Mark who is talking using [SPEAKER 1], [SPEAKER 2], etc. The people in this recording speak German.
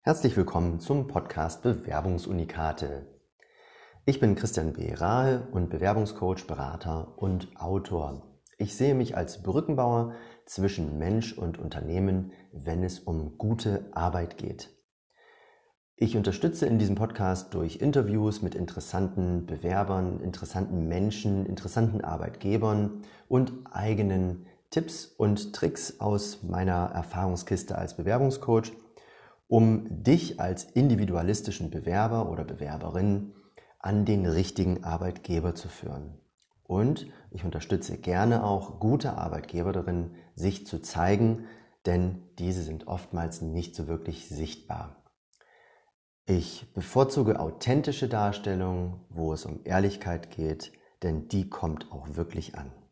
[SPEAKER 1] Herzlich willkommen zum Podcast Bewerbungsunikate. Ich bin Christian B. Rahe und Bewerbungscoach, Berater und Autor. Ich sehe mich als Brückenbauer zwischen Mensch und Unternehmen, wenn es um gute Arbeit geht. Ich unterstütze in diesem Podcast durch Interviews mit interessanten Bewerbern, interessanten Menschen, interessanten Arbeitgebern und eigenen Tipps und Tricks aus meiner Erfahrungskiste als Bewerbungscoach, um dich als individualistischen Bewerber oder Bewerberin an den richtigen Arbeitgeber zu führen. Und ich unterstütze gerne auch gute Arbeitgeber darin, sich zu zeigen, denn diese sind oftmals nicht so wirklich sichtbar. Ich bevorzuge authentische Darstellungen, wo es um Ehrlichkeit geht, denn die kommt auch wirklich an.